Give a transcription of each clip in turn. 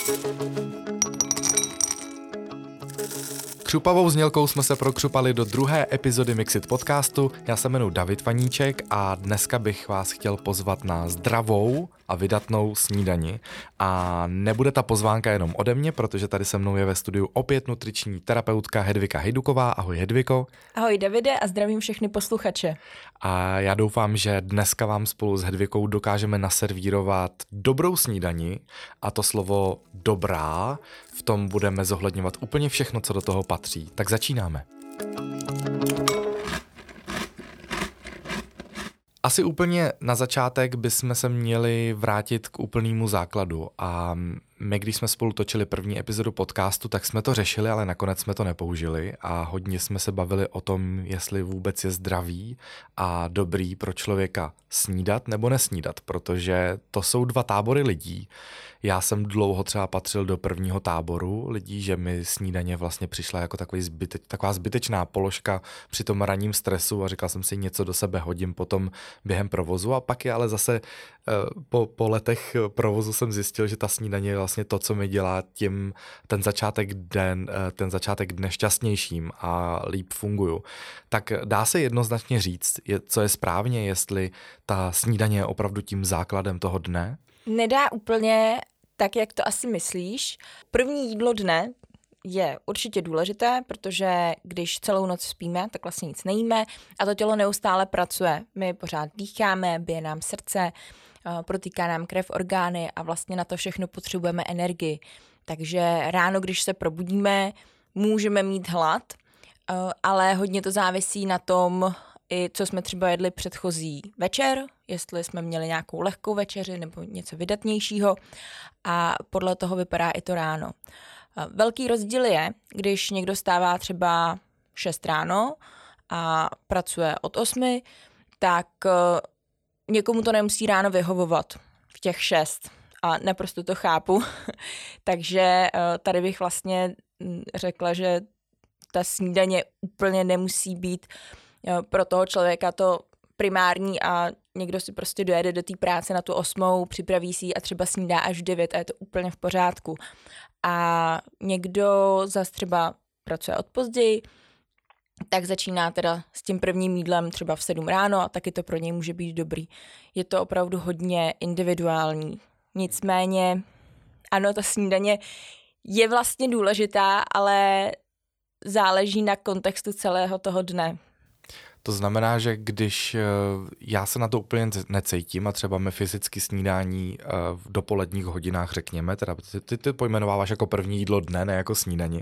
Křupavou znělkou jsme se prokřupali do druhé epizody Mixit podcastu. Já se jmenuji David Vaníček a dneska bych vás chtěl pozvat na zdravou a vydatnou snídani. A nebude ta pozvánka jenom ode mě, protože tady se mnou je ve studiu opět nutriční terapeutka Hedvika Hejduková. Ahoj Hedviko. Ahoj Davide a zdravím všechny posluchače. A já doufám, že dneska vám spolu s Hedvikou dokážeme naservírovat dobrou snídani, a to slovo dobrá, v tom budeme zohledňovat úplně všechno, co do toho patří. Tak začínáme. Asi úplně na začátek bychom se měli vrátit k úplnému základu a my, když jsme spolu točili první epizodu podcastu, tak jsme to řešili, ale nakonec jsme to nepoužili a hodně jsme se bavili o tom, jestli vůbec je zdravý a dobrý pro člověka snídat nebo nesnídat, protože to jsou dva tábory lidí. Já jsem dlouho třeba patřil do prvního táboru lidí, že mi snídaně vlastně přišla jako taková zbytečná položka při tom ranním stresu a říkal jsem si, něco do sebe hodím potom během provozu, a pak je ale zase po letech provozu jsem zjistil, že ta snídaně je vlastně to, co mi dělá ten začátek dne šťastnějším a líp funguju. Tak dá se jednoznačně říct, co je správně, jestli ta snídaně je opravdu tím základem toho dne? Nedá úplně tak, jak to asi myslíš. První jídlo dne je určitě důležité, protože když celou noc spíme, tak vlastně nic nejíme a to tělo neustále pracuje. My pořád dýcháme, bije nám srdce, protýká nám krev, orgány a vlastně na to všechno potřebujeme energii. Takže ráno, když se probudíme, můžeme mít hlad, ale hodně to závisí na tom, i co jsme třeba jedli předchozí večer, jestli jsme měli nějakou lehkou večeři nebo něco vydatnějšího, a podle toho vypadá i to ráno. Velký rozdíl je, když někdo stává třeba 6 ráno a pracuje od 8, tak někomu to nemusí ráno vyhovovat v těch 6 a naprosto to chápu. Takže tady bych vlastně řekla, že ta snídaně úplně nemusí být pro toho člověka to primární a někdo si prostě dojede do té práce na tu 8, připraví si ji a třeba snídá až v 9 a je to úplně v pořádku. A někdo zase třeba pracuje od později, tak začíná teda s tím prvním jídlem třeba v 7 ráno a taky to pro něj může být dobrý. Je to opravdu hodně individuální. Nicméně, ano, ta snídaně je vlastně důležitá, ale záleží na kontextu celého toho dne. To znamená, že když já se na to úplně necítím a třeba mi fyzicky snídání v dopoledních hodinách, řekněme, teda ty pojmenováváš jako první jídlo dne, ne jako snídani,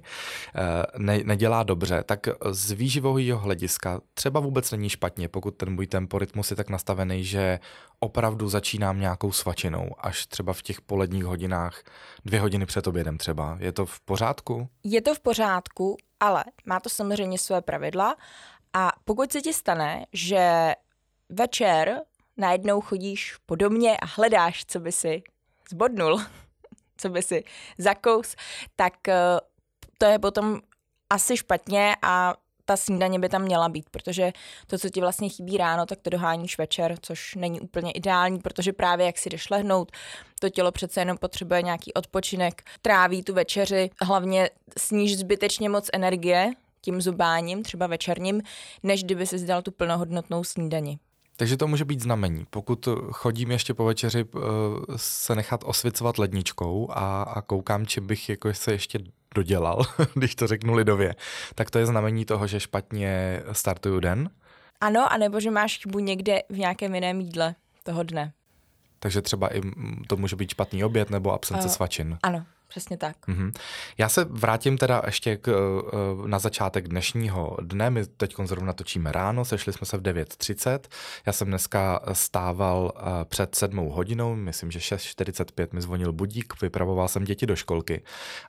nedělá dobře, tak z výživového hlediska třeba vůbec není špatně, pokud ten můj temporytmus je tak nastavený, že opravdu začínám nějakou svačinou, až třeba v těch poledních hodinách, 2 hodiny před obědem třeba. Je to v pořádku? Je to v pořádku, ale má to samozřejmě své pravidla. A pokud se ti stane, že večer najednou chodíš po domě a hledáš, co by si zbodnul, co by si zakous, tak to je potom asi špatně a ta snídaně by tam měla být, protože to, co ti vlastně chybí ráno, tak to doháníš večer, což není úplně ideální, protože právě jak si jdeš lehnout, to tělo přece jenom potřebuje nějaký odpočinek, tráví tu večeři, hlavně sníš zbytečně moc energie tím zubáním, třeba večerním, než kdyby si dal tu plnohodnotnou snídani. Takže to může být znamení. Pokud chodím ještě po večeři se nechat osvěcovat ledničkou a koukám, či bych jako se ještě dodělal, když to řeknu lidově, tak to je znamení toho, že špatně startuju den? Ano, anebo že máš chybu někde v nějakém jiném jídle toho dne. Takže třeba i to může být špatný oběd nebo absence svačin. Ano. Přesně tak. Já se vrátím teda ještě na začátek dnešního dne. My teď zrovna točíme ráno, sešli jsme se v 9:30. Já jsem dneska stával před 7 hodinou, myslím, že 6:45 mi zvonil budík, vypravoval jsem děti do školky.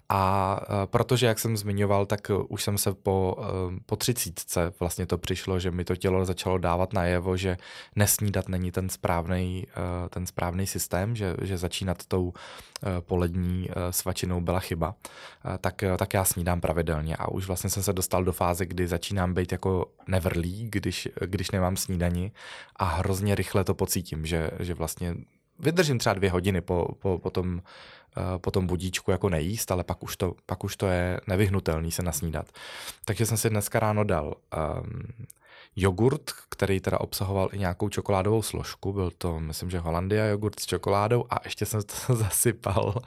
A protože, jak jsem zmiňoval, tak už jsem se po 30 vlastně to přišlo, že mi to tělo začalo dávat najevo, že nesnídat není ten správný systém, že začínat tou polední svačinou byla chyba, tak já snídám pravidelně a už vlastně jsem se dostal do fáze, kdy začínám být jako nevrlý, když nemám snídani a hrozně rychle to pocítím, že vlastně vydržím třeba 2 hodiny po tom budíčku jako nejíst, ale pak už to je nevyhnutelný se nasnídat. Takže jsem si dneska ráno dal jogurt, který teda obsahoval i nějakou čokoládovou složku, byl to, myslím, že Hollandia jogurt s čokoládou a ještě jsem to zasypal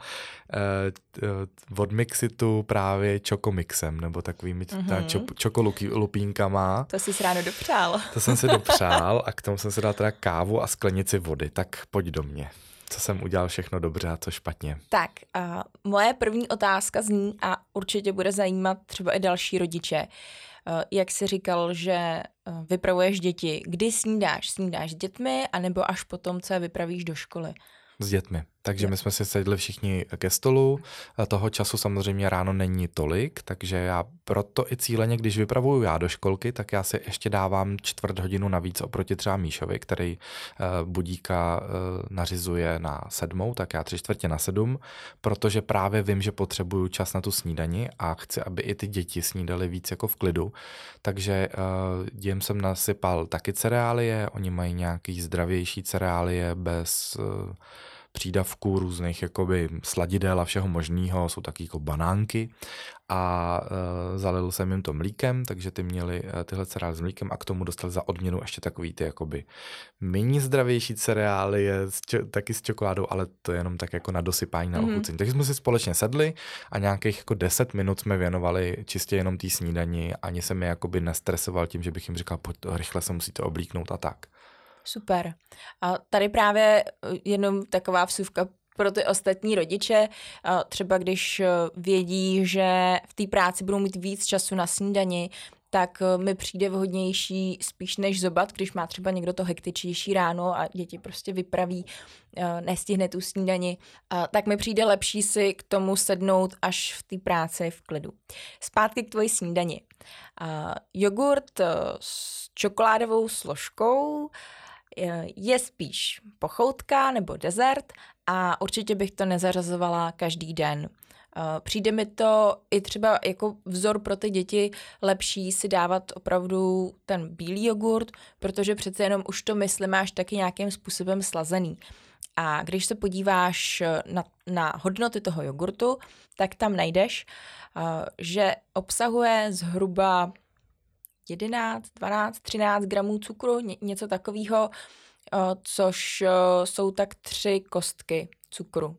od Mixitu právě čokomixem, nebo takovými čokolupínkama. To jsi ráno dopřál. To jsem si dopřál a k tomu jsem si dal teda kávu a sklenici vody, tak pojď do mě. Co jsem udělal všechno dobře a co špatně. Tak, moje první otázka zní a určitě bude zajímat třeba i další rodiče. Jak jsi říkal, že vypravuješ děti, kdy snídáš? Snídáš s dětmi, anebo až potom, co je vypravíš do školy? S dětmi. Takže my jsme si sedli všichni ke stolu. Toho času samozřejmě ráno není tolik, takže já proto i cíleně, když vypravuju já do školky, tak já si ještě dávám 1/4 hodinu navíc oproti třeba Míšovi, který budíka nařizuje na 7, tak já 3/4 na 7, protože právě vím, že potřebuju čas na tu snídani a chci, aby i ty děti snídaly víc jako v klidu. Takže jim jsem nasypal taky cereálie, oni mají nějaký zdravější cereálie bez přídavků různých jakoby sladidel a všeho možného, jsou taky jako banánky a zalil jsem jim to mlíkem, takže ty měli tyhle cereály s mlíkem a k tomu dostali za odměnu ještě takový ty jakoby méně zdravější cereály, taky s čokoládou, ale to je jenom tak jako na dosypání, na ochucení. Takže jsme si společně sedli a nějakých jako 10 minut jsme věnovali čistě jenom té snídani, ani jsem je jakoby nestresoval tím, že bych jim říkal, pojď, rychle se musíte oblíknout a tak. Super. A tady právě jenom taková vsuvka pro ty ostatní rodiče, třeba když vědí, že v té práci budou mít víc času na snídani, tak mi přijde vhodnější spíš než zobat, když má třeba někdo to hektičtější ráno a děti prostě vypraví, nestihne tu snídani, tak mi přijde lepší si k tomu sednout až v té práci v klidu. Zpátky k tvoji snídani. Jogurt s čokoládovou složkou je spíš pochoutka nebo dezert a určitě bych to nezařazovala každý den. Přijde mi to i třeba jako vzor pro ty děti lepší si dávat opravdu ten bílý jogurt, protože přece jenom už to mysli máš taky nějakým způsobem slazený. A když se podíváš na hodnoty toho jogurtu, tak tam najdeš, že obsahuje zhruba 11, 12, 13 gramů cukru, něco takového, což jsou tak 3 kostky cukru.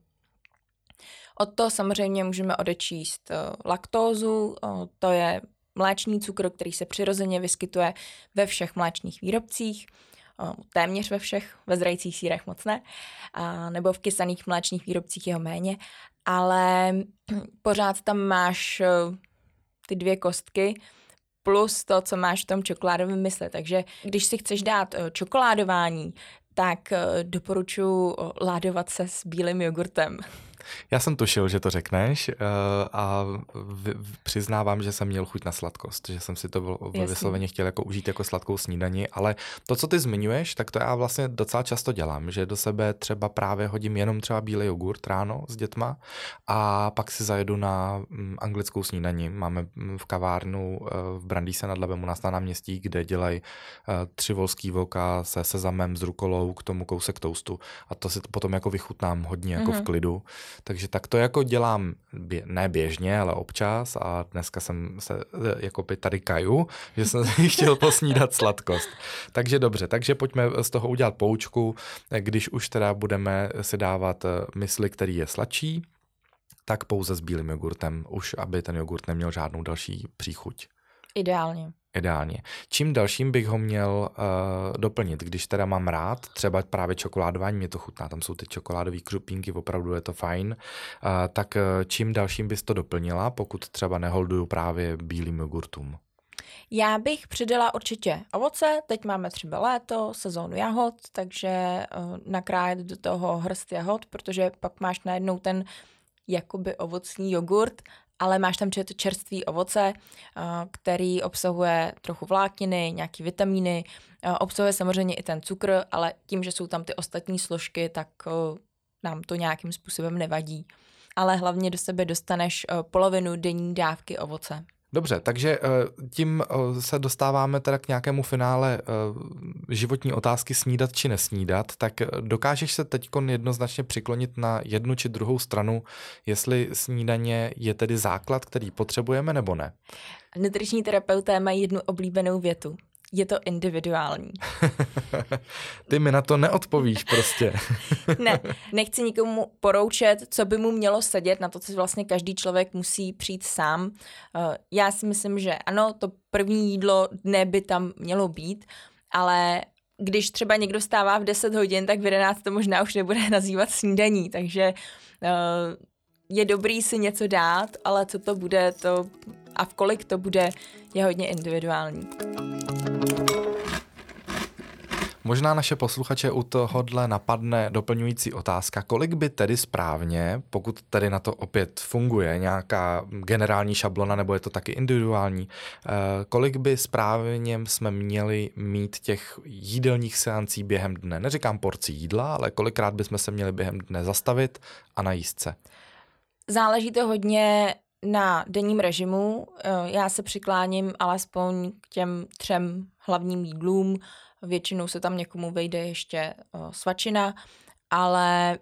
Od toho samozřejmě můžeme odečíst laktózu, to je mléčný cukr, který se přirozeně vyskytuje ve všech mléčných výrobcích, téměř ve všech, ve zrajcích sýrech moc ne, nebo v kysaných mléčných výrobcích jeho méně, ale pořád tam máš ty 2 kostky, plus to, co máš v tom čokoládovém mysli. Takže když si chceš dát čokoládování, tak doporučuji ládovat se s bílým jogurtem. Já jsem tušil, že to řekneš a přiznávám, že jsem měl chuť na sladkost, že jsem si to vysloveně chtěl jako užít jako sladkou snídani, ale to, co ty zmiňuješ, tak to já vlastně docela často dělám, že do sebe třeba právě hodím jenom třeba bílý jogurt ráno s dětma a pak si zajedu na anglickou snídani. Máme v kavárnu v Brandýse nad Labem u nás na náměstí, kde dělají 3 volský voka se sezamem, s rukolou, k tomu kousek toastu a to si potom jako vychutnám hodně jako v klidu. Takže tak to jako dělám ne běžně, ale občas a dneska jsem se jako tady kaju, že jsem si chtěl posnídat sladkost. Takže dobře, takže pojďme z toho udělat poučku, když už teda budeme si dávat mysli, který je sladší, tak pouze s bílým jogurtem, už aby ten jogurt neměl žádnou další příchuť. Ideálně. Čím dalším bych ho měl doplnit, když teda mám rád, třeba právě čokoládování, mě to chutná, tam jsou ty čokoládové křupínky, opravdu je to fajn, tak čím dalším bys to doplnila, pokud třeba neholduju právě bílým jogurtům? Já bych přidala určitě ovoce, teď máme třeba léto, sezónu jahod, takže nakrájet do toho hrst jahod, protože pak máš najednou ten jakoby ovocný jogurt, ale máš tam čerstvý ovoce, který obsahuje trochu vlákniny, nějaký vitamíny, obsahuje samozřejmě i ten cukr, ale tím, že jsou tam ty ostatní složky, tak nám to nějakým způsobem nevadí. Ale hlavně do sebe dostaneš polovinu denní dávky ovoce. Dobře, takže tím se dostáváme teda k nějakému finále životní otázky snídat či nesnídat, tak dokážeš se teďkon jednoznačně přiklonit na jednu či druhou stranu, jestli snídaně je tedy základ, který potřebujeme, nebo ne? Nutriční terapeuté mají jednu oblíbenou větu. Je to individuální. Ty mi na to neodpovíš prostě. Ne, nechci nikomu poroučet, co by mu mělo sedět, na to, co vlastně každý člověk musí přijít sám. Já si myslím, že ano, to první jídlo dne by tam mělo být, ale když třeba někdo stává v 10 hodin, tak v 11 to možná už nebude nazývat snídaní, takže je dobrý si něco dát, ale co to bude, a v kolik to bude, je hodně individuální. Možná naše posluchače u tohodle napadne doplňující otázka, kolik by tedy správně, pokud tedy na to opět funguje nějaká generální šablona, nebo je to taky individuální, kolik by správně jsme měli mít těch jídelních seancí během dne? Neříkám porcí jídla, ale kolikrát bychom se měli během dne zastavit a najíst se? Záleží to hodně na denním režimu. Já se přikláním alespoň k těm 3 hlavním jídlům. Většinou se tam někomu vejde ještě svačina, ale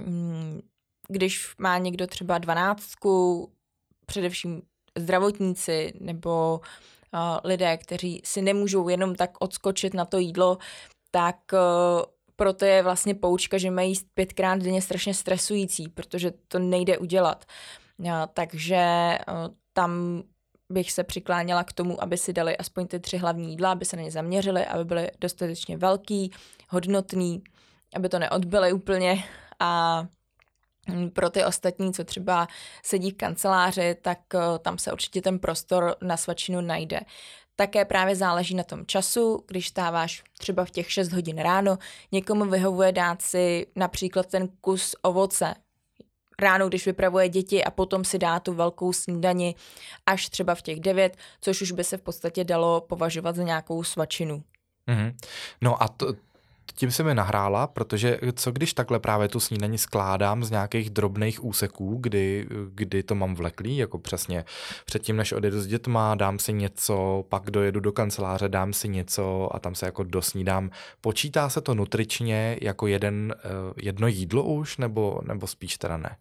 když má někdo třeba 12, především zdravotníci nebo lidé, kteří si nemůžou jenom tak odskočit na to jídlo, tak proto je vlastně poučka, že mají jíst 5krát denně strašně stresující, protože to nejde udělat. Takže tam bych se přikláněla k tomu, aby si dali aspoň ty 3 hlavní jídla, aby se na ně zaměřili, aby byly dostatečně velký, hodnotný, aby to neodbyly úplně. A pro ty ostatní, co třeba sedí v kanceláři, tak tam se určitě ten prostor na svačinu najde. Také právě záleží na tom času, když stáváš třeba v těch 6 hodin ráno, někomu vyhovuje dát si například ten kus ovoce ráno, když vypravuje děti a potom si dá tu velkou snídani až třeba v těch 9, což už by se v podstatě dalo považovat za nějakou svačinu. Mm-hmm. No a tím se mi nahrála, protože co když takhle právě tu snídani skládám z nějakých drobných úseků, kdy to mám vleklý, jako přesně předtím, než odjedu s dětma, dám si něco, pak dojedu do kanceláře, dám si něco a tam se jako dosnídám. Počítá se to nutričně jako jedno jídlo už, nebo spíš teda ne?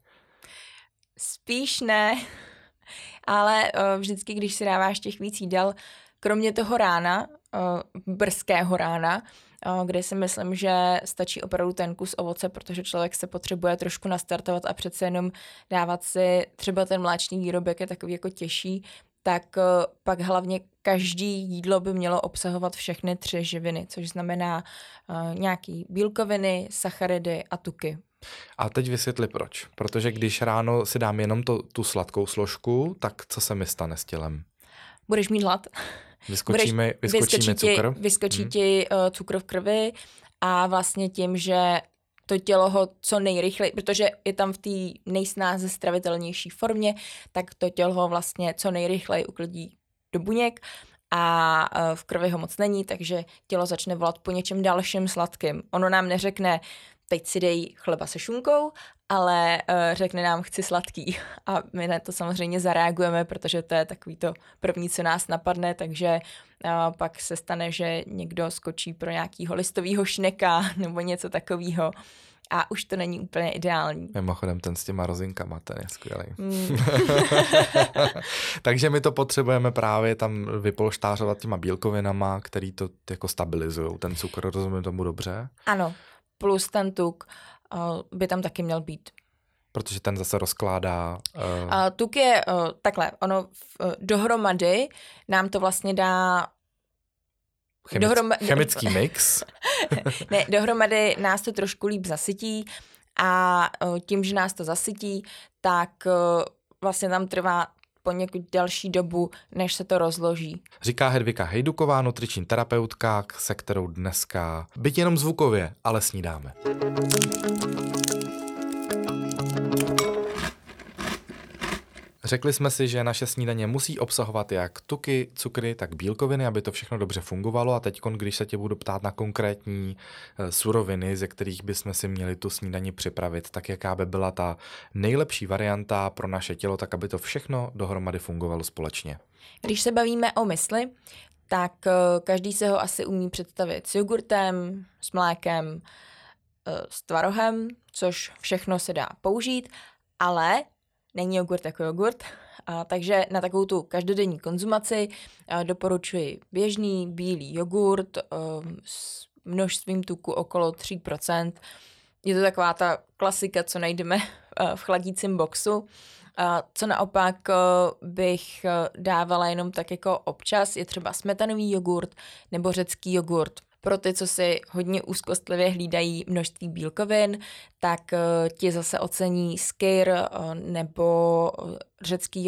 Spíš ne, ale vždycky, když si dáváš těch víc jídel, kromě toho rána, brzkého rána, kde si myslím, že stačí opravdu ten kus ovoce, protože člověk se potřebuje trošku nastartovat a přece jenom dávat si třeba ten mléčný výrobek je takový jako těžší, tak pak hlavně každý jídlo by mělo obsahovat všechny 3 živiny, což znamená nějaký bílkoviny, sacharidy a tuky. A teď vysvětli proč. Protože když ráno si dám jenom tu sladkou složku, tak co se mi stane s tělem? Budeš mít hlad. Vyskočí cukr. Vyskočí ti cukr v krvi a vlastně tím, že to tělo ho co nejrychleji, protože je tam v té nejsnáze stravitelnější formě, tak to tělo ho vlastně co nejrychleji uklidí do buněk a v krvi ho moc není, takže tělo začne volat po něčem dalším sladkým. Ono nám neřekne, teď si dej chleba se šunkou, ale řekne nám, chci sladký. A my na to samozřejmě zareagujeme, protože to je takový to první, co nás napadne, takže pak se stane, že někdo skočí pro nějakýho listovýho šneka nebo něco takového. A už to není úplně ideální. Mimochodem ten s těma rozinkama, ten je skvělý. Takže my to potřebujeme právě tam vypolštářovat těma bílkovinama, který to jako stabilizují. Ten cukr, rozumím tomu dobře? Ano, plus ten tuk by tam taky měl být. Protože ten zase rozkládá... Tuk je takhle, ono dohromady nám to vlastně dá... Chemický mix. Ne, dohromady nás to trošku líp zasytí a tím, že nás to zasytí, tak vlastně tam trvá poněkud delší dobu, než se to rozloží. Říká Hedvika Hejduková, nutriční terapeutka, se kterou dneska, byť jenom zvukově, ale snídáme. Řekli jsme si, že naše snídaně musí obsahovat jak tuky, cukry, tak bílkoviny, aby to všechno dobře fungovalo. A teď, když se tě budu ptát na konkrétní suroviny, ze kterých bychom si měli tu snídani připravit, tak jaká by byla ta nejlepší varianta pro naše tělo, tak aby to všechno dohromady fungovalo společně? Když se bavíme o mysli, tak každý se ho asi umí představit s jogurtem, s mlékem, s tvarohem, což všechno se dá použít, ale není jogurt jako jogurt, takže na takovou tu každodenní konzumaci doporučuji běžný bílý jogurt s množstvím tuku okolo 3%. Je to taková ta klasika, co najdeme v chladícím boxu. Co naopak bych dávala jenom tak jako občas, je třeba smetanový jogurt nebo řecký jogurt. Pro ty, co si hodně úzkostlivě hlídají množství bílkovin, tak ti zase ocení skyr nebo řecký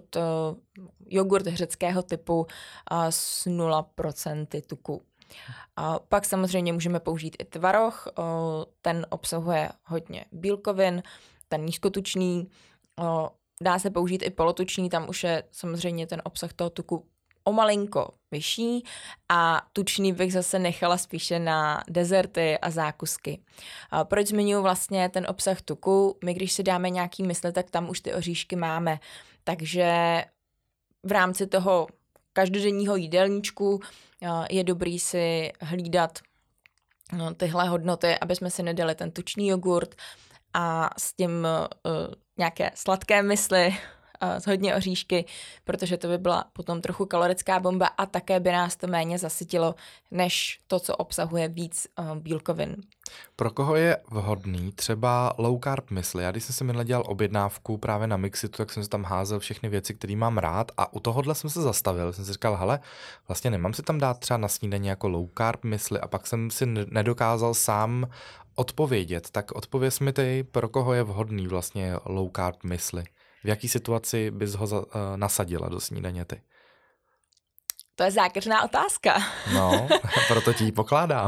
jogurt řeckého typu s 0% tuku. Pak samozřejmě můžeme použít i tvaroh, ten obsahuje hodně bílkovin, ten nízkotučný, dá se použít i polotučný, tam už je samozřejmě ten obsah toho tuku o malinko vyšší a tučný bych zase nechala spíše na dezerty a zákusky. Proč zmiňuji vlastně ten obsah tuku? My když si dáme nějaký mysli, tak tam už ty oříšky máme. Takže v rámci toho každodenního jídelníčku je dobrý si hlídat tyhle hodnoty, aby jsme si nedali ten tučný jogurt a s tím nějaké sladké mysli, s hodně oříšky, protože to by byla potom trochu kalorická bomba a také by nás to méně zasytilo, než to, co obsahuje víc bílkovin. Pro koho je vhodný třeba low carb mysli? Já když jsem si minule dělal objednávku právě na Mixitu, tak jsem si tam házel všechny věci, které mám rád a u tohohle jsem se zastavil. Jsem si říkal, hele, vlastně nemám si tam dát třeba na snídaní jako low carb mysli a pak jsem si nedokázal sám odpovědět. Tak odpověz mi ty, pro koho je vhodný vlastně low carb mysli? V jaký situaci bys ho nasadila do snídaně ty? To je zákeřná otázka. No, proto ti ji pokládám.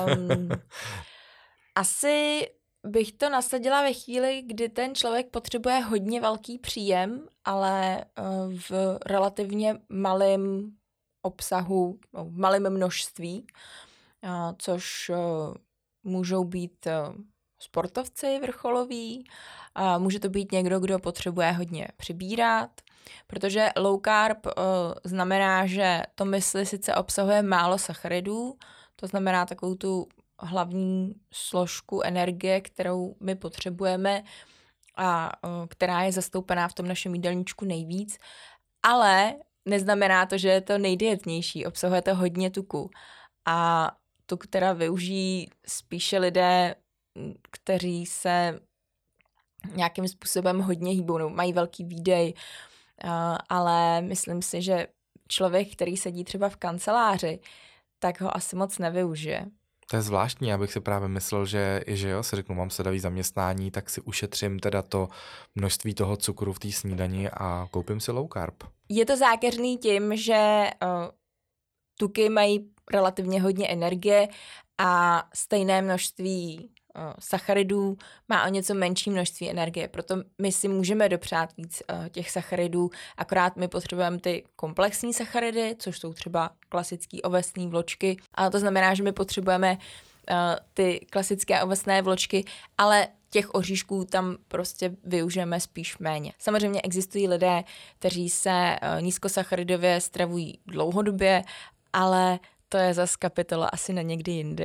Asi bych to nasadila ve chvíli, kdy ten člověk potřebuje hodně velký příjem, ale v relativně malém obsahu, v malém množství, což můžou být sportovci vrcholoví, může to být někdo, kdo potřebuje hodně přibírat, protože low carb znamená, že to mysli sice obsahuje málo sacharidů, to znamená takovou tu hlavní složku energie, kterou my potřebujeme a která je zastoupená v tom našem jídelníčku nejvíc, ale neznamená to, že je to nejdietnější, obsahuje to hodně tuku a tuk teda využijí spíše lidé, kteří se nějakým způsobem hodně hýbou, nebo mají velký výdej, ale myslím si, že člověk, který sedí třeba v kanceláři, tak ho asi moc nevyužije. To je zvláštní, já bych si právě myslel, že jo, si řeknu, mám sedavý zaměstnání, tak si ušetřím teda to množství toho cukru v té snídani a koupím si low carb. Je to zákeřný tím, že tuky mají relativně hodně energie a stejné množství sacharidů má o něco menší množství energie, proto my si můžeme dopřát víc těch sacharidů, akorát my potřebujeme ty komplexní sacharidy, což jsou třeba klasický ovesný vločky, a to znamená, že my potřebujeme ty klasické ovesné vločky, ale těch oříšků tam prostě využijeme spíš méně. Samozřejmě existují lidé, kteří se nízkosacharidově stravují dlouhodobě, ale to je zas kapitola asi na někdy jindy.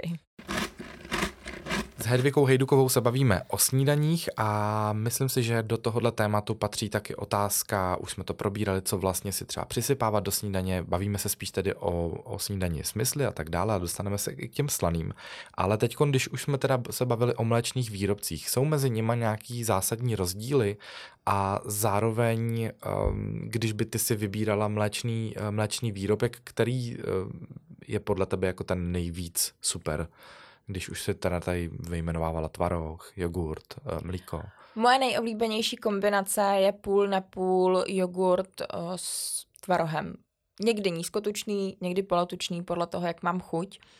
S Hedvikou Hejdukovou se bavíme o snídaních a myslím si, že do tohohle tématu patří taky otázka, už jsme to probírali, co vlastně si třeba přisypávat do snídaně, bavíme se spíš tedy o snídani s mysli a tak dále a dostaneme se i k těm slaným. Ale teď, když už jsme teda se bavili o mléčných výrobcích, jsou mezi nimi nějaký zásadní rozdíly a zároveň, když by ty si vybírala mléčný výrobek, který je podle tebe jako ten nejvíc super? Když už si teda tady vyjmenovávala tvaroh, jogurt, mlíko. Moje nejoblíbenější kombinace je půl na půl jogurt s tvarohem. Někdy nízkotučný, někdy polotučný, podle toho, jak mám chuť.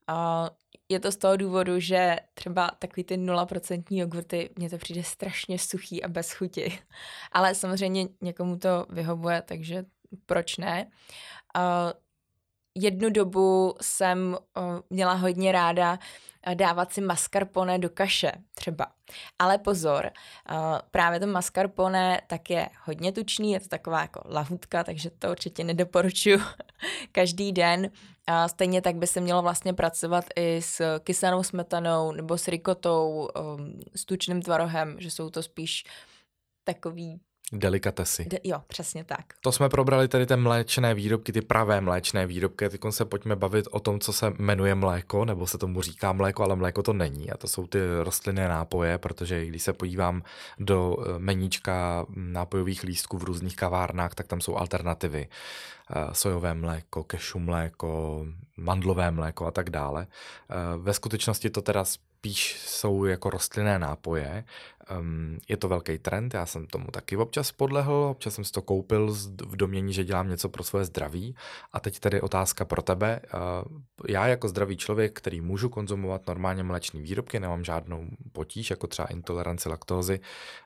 Je to z toho důvodu, že třeba takový ty 0% jogurty, mně to přijde strašně suchý a bez chuti. Ale samozřejmě někomu to vyhovuje, takže proč ne? Jednu dobu jsem měla hodně ráda dávat si mascarpone do kaše třeba. Ale pozor, právě to mascarpone tak je hodně tučný, je to taková jako lahutka, takže to určitě nedoporučuji každý den. Stejně tak by se mělo vlastně pracovat i s kyselou smetanou nebo s rikotou, s tučným tvarohem, že jsou to spíš takový delikatesy. Jo, přesně tak. To jsme probrali tady ty mléčné výrobky, ty pravé mléčné výrobky. Teď se pojďme bavit o tom, co se jmenuje mléko, nebo se tomu říká mléko, ale mléko to není. A to jsou ty rostlinné nápoje, protože když se podívám do meníčka nápojových lístků v různých kavárnách, tak tam jsou alternativy. Sojové mléko, cashew mléko, mandlové mléko a tak dále. Ve skutečnosti to teda spíš jsou jako rostlinné nápoje. Je to velký trend, já jsem tomu taky občas podlehl, občas jsem si to koupil v domnění, že dělám něco pro svoje zdraví. A teď tady otázka pro tebe. Já jako zdravý člověk, který můžu konzumovat normálně mléčné výrobky, nemám žádnou potíž, jako třeba intoleranci laktózy,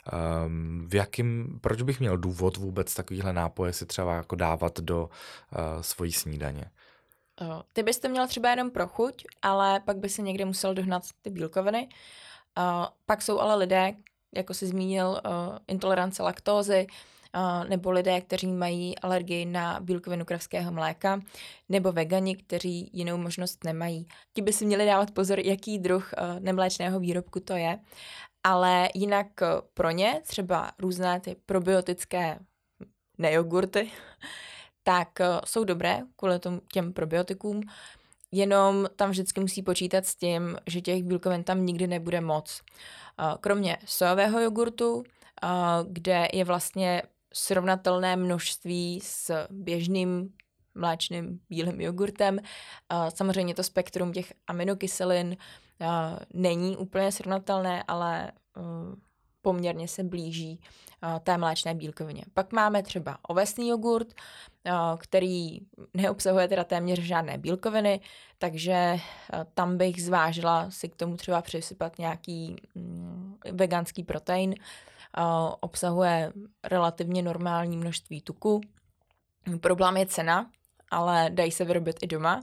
proč bych měl důvod vůbec takovýhle nápoje si třeba jako dávat do svojí snídaně? Ty bys to měl třeba jenom pro chuť, ale pak by si někde musel dohnat ty bílkoviny. Pak jsou ale lidé, jako jsi zmínil, intolerance laktózy, nebo lidé, kteří mají alergii na bílkovinu kravského mléka, nebo vegani, kteří jinou možnost nemají. Ti by si měli dávat pozor, jaký druh nemléčného výrobku to je. Ale jinak pro ně, třeba různé ty probiotické nejogurty, tak jsou dobré kvůli těm probiotikům, jenom tam vždycky musí počítat s tím, že těch bílkovin tam nikdy nebude moc. Kromě sojového jogurtu, kde je vlastně srovnatelné množství s běžným mléčným bílým jogurtem. Samozřejmě to spektrum těch aminokyselin není úplně srovnatelné, ale poměrně se blíží té mléčné bílkovině. Pak máme třeba ovesný jogurt, který neobsahuje teda téměř žádné bílkoviny, takže tam bych zvážila si k tomu třeba přisypat nějaký veganský protein. Obsahuje relativně normální množství tuku. Problém je cena, ale dají se vyrobit i doma.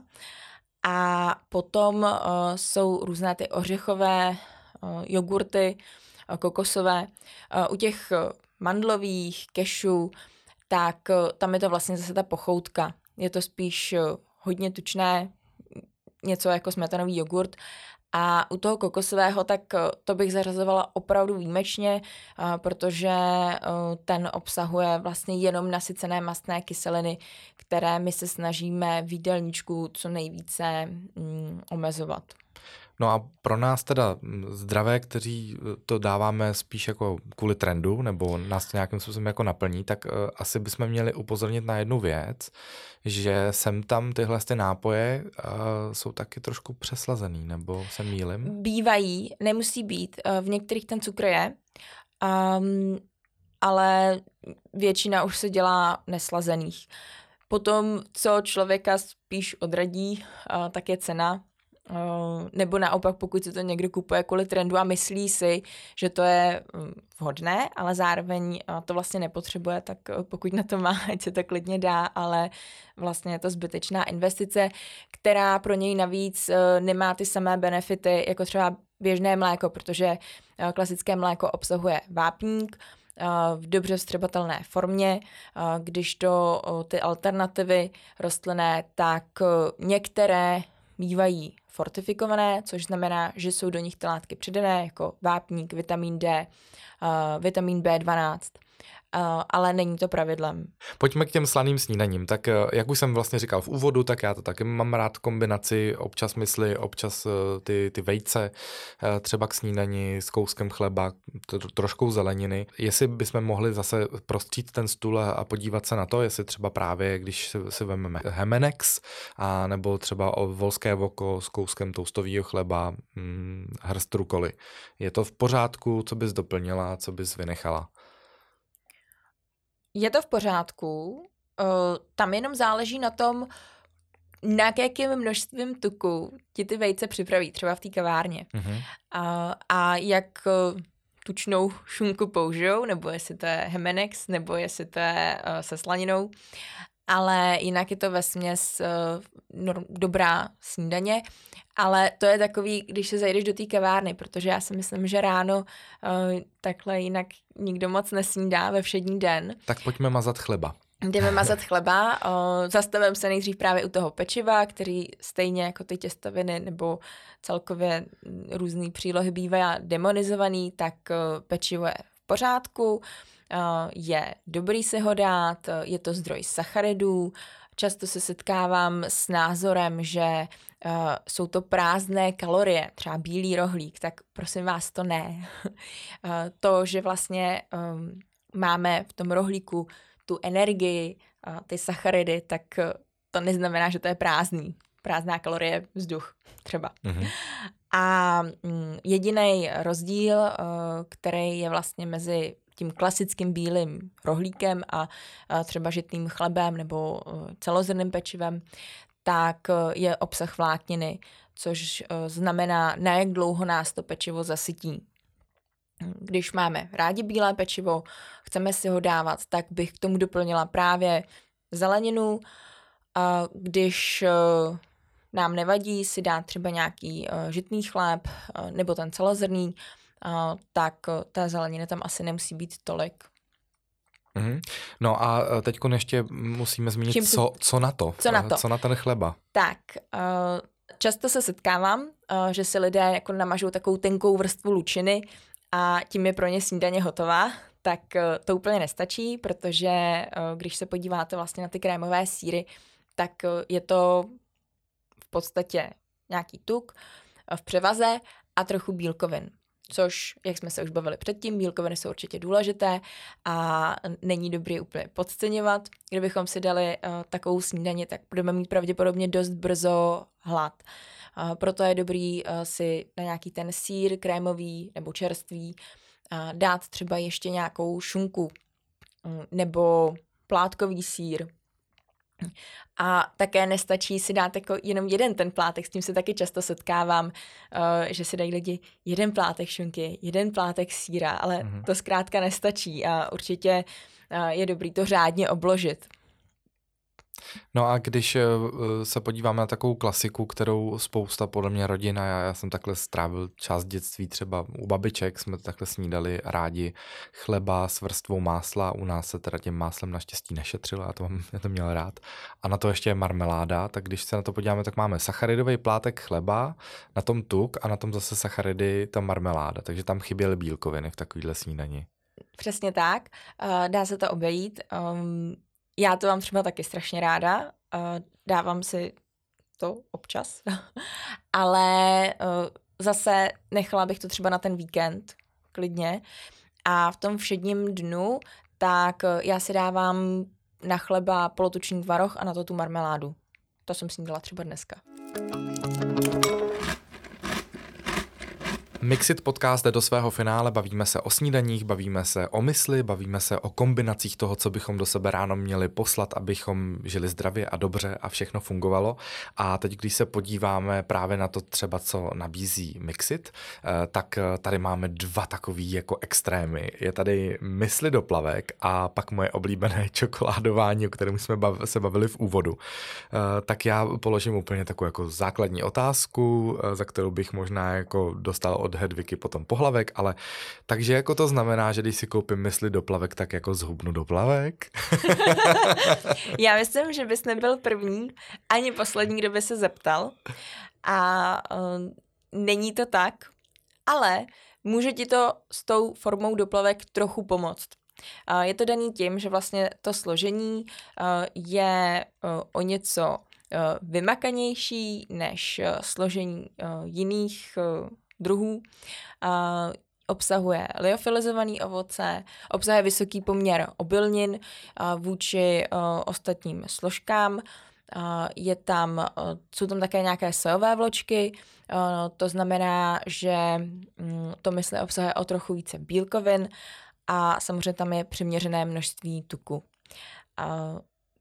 A potom jsou různé ty ořechové jogurty, kokosové. U těch mandlových, cashew, tak tam je to vlastně zase ta pochoutka. Je to spíš hodně tučné, něco jako smetanový jogurt. A u toho kokosového, tak to bych zařazovala opravdu výjimečně, protože ten obsahuje vlastně jenom nasycené mastné kyseliny, které my se snažíme v jídelníčku co nejvíce omezovat. No a pro nás teda zdravé, kteří to dáváme spíš jako kvůli trendu, nebo nás to nějakým způsobem jako naplní, tak asi bychom měli upozornit na jednu věc, že sem tam tyhle ty nápoje jsou taky trošku přeslazený, nebo se mýlim? Bývají, nemusí být. V některých ten cukr je, ale většina už se dělá neslazených. Potom, co člověka spíš odradí, tak je cena. Nebo naopak, pokud si to někdo kupuje kvůli trendu a myslí si, že to je vhodné, ale zároveň to vlastně nepotřebuje, tak pokud na to má, ať se to klidně dá, ale vlastně je to zbytečná investice, která pro něj navíc nemá ty samé benefity jako třeba běžné mléko, protože klasické mléko obsahuje vápník v dobře vstřebatelné formě, když to ty alternativy rostlinné, tak některé bývají fortifikované, což znamená, že jsou do nich ty látky přidané, jako vápník, vitamin D, vitamin B12, ale není to pravidlem. Pojďme k těm slaným snídaním. Tak jak už jsem vlastně říkal v úvodu, tak já to taky mám rád kombinaci, občas mysli, občas ty vejce, třeba k snídani s kouskem chleba, troškou zeleniny. Jestli bychom mohli zase prostřít ten stůl a podívat se na to, jestli třeba právě, když si vezmeme Hemenex, a nebo třeba volské voko s kouskem toustového chleba, hrst rukoly. Je to v pořádku, co bys doplnila, co bys vynechala? Je to v pořádku, tam jenom záleží na tom, na jakým množstvím tuku ti ty vejce připraví, třeba v té kavárně. A jak tučnou šunku použijou, nebo jestli to je Hemenex, nebo jestli to je se slaninou. Ale jinak je to vesměs dobrá snídaně. Ale to je takový, když se zajdeš do té kavárny, protože já si myslím, že ráno takhle jinak nikdo moc nesnídá ve všední den. Tak pojďme mazat chleba. Jdeme mazat chleba, zastavím se nejdřív právě u toho pečiva, který stejně jako ty těstoviny nebo celkově různý přílohy bývají demonizovaný, tak pečivo je v pořádku, je dobrý si ho dát, je to zdroj sacharidů. Často se setkávám s názorem, že jsou to prázdné kalorie, třeba bílý rohlík, tak prosím vás, to ne. To, že vlastně máme v tom rohlíku tu energii, ty sacharidy, tak to neznamená, že to je prázdný. Prázdná kalorie je vzduch třeba. A jediný rozdíl, který je vlastně mezi tím klasickým bílým rohlíkem a třeba žitným chlebem nebo celozrnným pečivem, tak je obsah vlákniny, což znamená, na jak dlouho nás to pečivo zasytí. Když máme rádi bílé pečivo, chceme si ho dávat, tak bych k tomu doplnila právě zeleninu. Když nám nevadí si dát třeba nějaký žitný chléb nebo ten celozrnný, tak ta zelenina tam asi nemusí být tolik. No a teď ještě musíme zmínit, co na to? Co na ten chleba? Tak, často se setkávám, že si lidé jako namažou takovou tenkou vrstvu lučiny a tím je pro ně snídaně hotová, tak to úplně nestačí, protože když se podíváte vlastně na ty krémové sýry, tak je to v podstatě nějaký tuk v převaze a trochu bílkovin. Což, jak jsme se už bavili předtím, bílkoviny jsou určitě důležité a není dobré úplně podceňovat. Kdybychom si dali takovou snídani, tak budeme mít pravděpodobně dost brzo hlad. Proto je dobrý si na nějaký ten sýr krémový nebo čerstvý dát třeba ještě nějakou šunku nebo plátkový sýr. A také nestačí si dát jako jenom jeden ten plátek, s tím se taky často setkávám, že si dají lidi jeden plátek šunky, jeden plátek sýra, ale to zkrátka nestačí a určitě je dobrý to řádně obložit. No a když se podíváme na takovou klasiku, kterou spousta podle mě rodin, a já jsem takhle strávil část dětství, třeba u babiček jsme takhle snídali rádi chleba s vrstvou másla, u nás se teda tím máslem naštěstí nešetřilo, já to měl rád. A na to ještě je marmeláda, tak když se na to podíváme, tak máme sacharidový plátek chleba, na tom tuk a na tom zase sacharidy, ta marmeláda, takže tam chyběly bílkoviny v takovýhle snídani. Přesně tak, dá se to obejít. Já to mám třeba taky strašně ráda, dávám si to občas, ale zase nechala bych to třeba na ten víkend klidně a v tom všedním dnu tak já si dávám na chleba polotučný tvaroh a na to tu marmeládu. To jsem snídala třeba dneska. Mixit podcast jde do svého finále, bavíme se o snídaních, bavíme se o mysli, bavíme se o kombinacích toho, co bychom do sebe ráno měli poslat, abychom žili zdravě a dobře a všechno fungovalo. A teď, když se podíváme právě na to třeba, co nabízí Mixit, tak tady máme dva takový jako extrémy. Je tady mysli doplavek a pak moje oblíbené čokoládování, o kterém jsme se bavili v úvodu. Tak já položím úplně takovou jako základní otázku, za kterou bych možná jako dostal od Hedviky potom pohlavek, ale takže jako to znamená, že když si koupím mysli doplavek, tak jako zhubnu doplavek? Já myslím, že bys nebyl první, ani poslední, kdo by se zeptal. A není to tak, ale může ti to s tou formou doplavek trochu pomoct. Je to daný tím, že vlastně to složení je o něco vymakanější než složení jiných druhů. Obsahuje liofilizované ovoce, obsahuje vysoký poměr obilnin vůči ostatním složkám. Jsou tam také nějaké sojové vločky, to znamená, že to mysli obsahuje o trochu více bílkovin a samozřejmě tam je přiměřené množství tuku.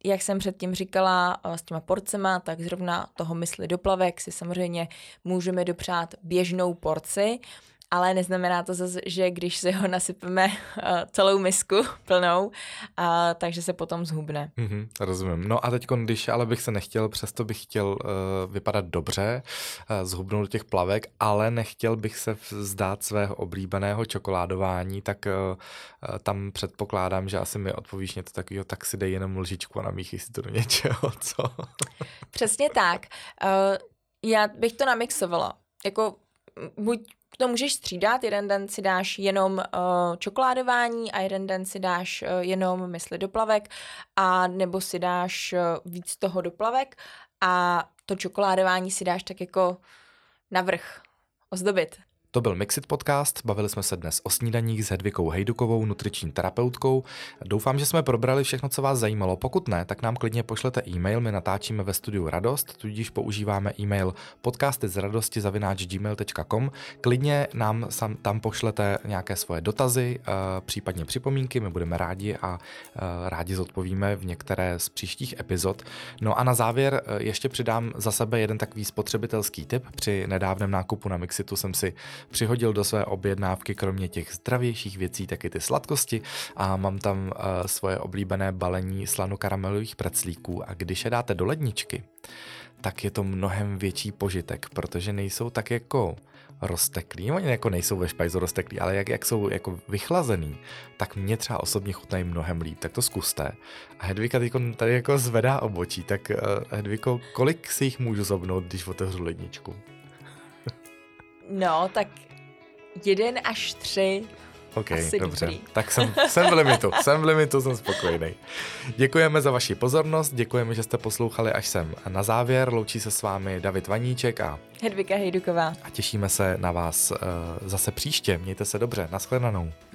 jak jsem předtím říkala s těma porcema, tak zrovna toho mysli doplavek si samozřejmě můžeme dopřát běžnou porci, ale neznamená to zase, že když si ho nasypeme celou misku plnou, takže se potom zhubne. Rozumím. No a teď, když ale bych se nechtěl, přesto bych chtěl vypadat dobře, zhubnout do těch plavek, ale nechtěl bych se vzdát svého oblíbeného čokoládování, tak tam předpokládám, že asi mi odpovíš něco takového, tak si dej jenom lžičku a namíchej si to do něčeho, co? Přesně tak. Já bych to namixovala. Jako buď to můžeš střídat, jeden den si dáš jenom čokoládování a jeden den si dáš jenom mysli doplavek, a nebo si dáš víc toho doplavek a to čokoládování si dáš tak jako navrch, ozdobit. To byl Mixit podcast, bavili jsme se dnes o snídaních s Hedvikou Hejdukovou, nutriční terapeutkou. Doufám, že jsme probrali všechno, co vás zajímalo. Pokud ne, tak nám klidně pošlete e-mail, my natáčíme ve studiu Radost, tudíž používáme e-mail podcastyzradosti@gmail.com. Klidně nám tam pošlete nějaké svoje dotazy, případně připomínky, my budeme rádi a rádi zodpovíme v některé z příštích epizod. No a na závěr ještě přidám za sebe jeden takový spotřebitelský tip. Při nedávném nákupu na Mixitu jsem si přihodil do své objednávky kromě těch zdravějších věcí taky ty sladkosti a mám tam svoje oblíbené balení slano-karamelových preclíků a když je dáte do ledničky, tak je to mnohem větší požitek, protože nejsou tak jako rozteklí, oni jako nejsou ve špajzu rozteklí, ale jak jsou jako vychlazený, tak mě třeba osobně chutnají mnohem líp, tak to zkuste. A Hedvika tady jako zvedá obočí, tak Hedviko, kolik si jich můžu zobnout, když otevřu ledničku? No, tak 1 až 3. OK, asi dobře. Dobrý. Tak jsem v limitu, jsem spokojený. Děkujeme za vaši pozornost, děkujeme, že jste poslouchali až sem na závěr. Loučí se s vámi David Vaníček a Hedvika Hejduková. A těšíme se na vás zase příště. Mějte se dobře, nashledanou.